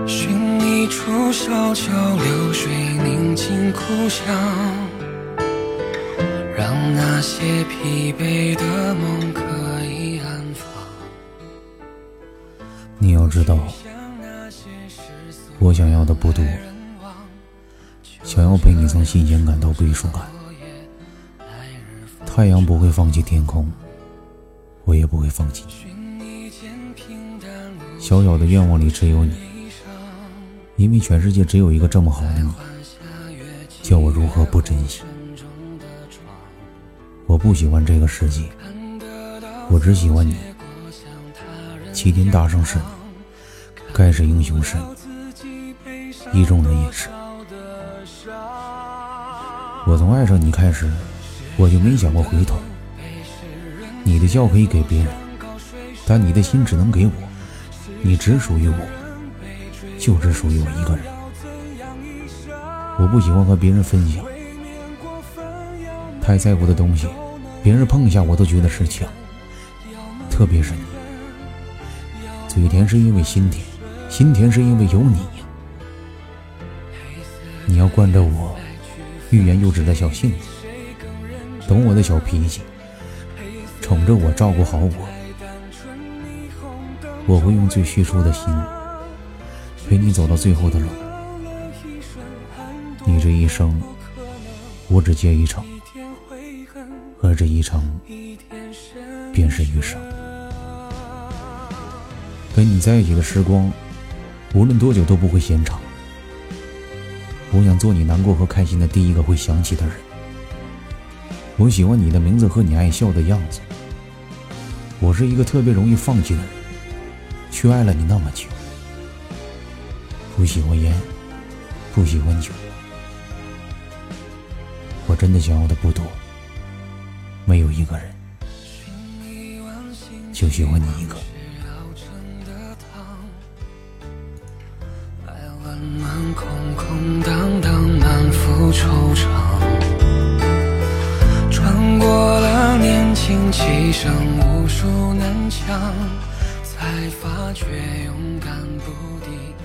寻一处小桥流水宁静故乡，让那些疲惫的梦可以安放。 你要知道，我想要的不多，想要陪你从新鲜感到归属感。太阳不会放弃天空，我也不会放弃你。小小的愿望里只有你，因为全世界只有一个这么好的你，叫我如何不珍惜。我不喜欢这个世界，我只喜欢你。齐天大圣是你，盖世英雄是你，意中人也是。我从爱上你开始，我就没想过回头。你的笑可以给别人，但你的心只能给我，你只属于我，就只属于我一个人。我不喜欢和别人分享，太在乎的东西，别人碰一下我都觉得是墙，特别是你。嘴甜是因为心甜，心甜是因为有你呀。你要惯着我欲言又止的小性子，懂我的小脾气，宠着我，照顾好我。我会用最虚出的心陪你走到最后的路。你这一生，我只接一程，而这一程便是余生。跟你在一起的时光，无论多久都不会嫌长。我想做你难过和开心的第一个会想起的人。我喜欢你的名字和你爱笑的样子。我是一个特别容易放弃的人，却爱了你那么久。不喜欢烟，不喜欢酒，我真的想要的不多，没有一个人，就喜欢你一个。 空空荡荡，满腹惆怅，穿过了年轻气盛，无数南墙，才发觉勇敢不敌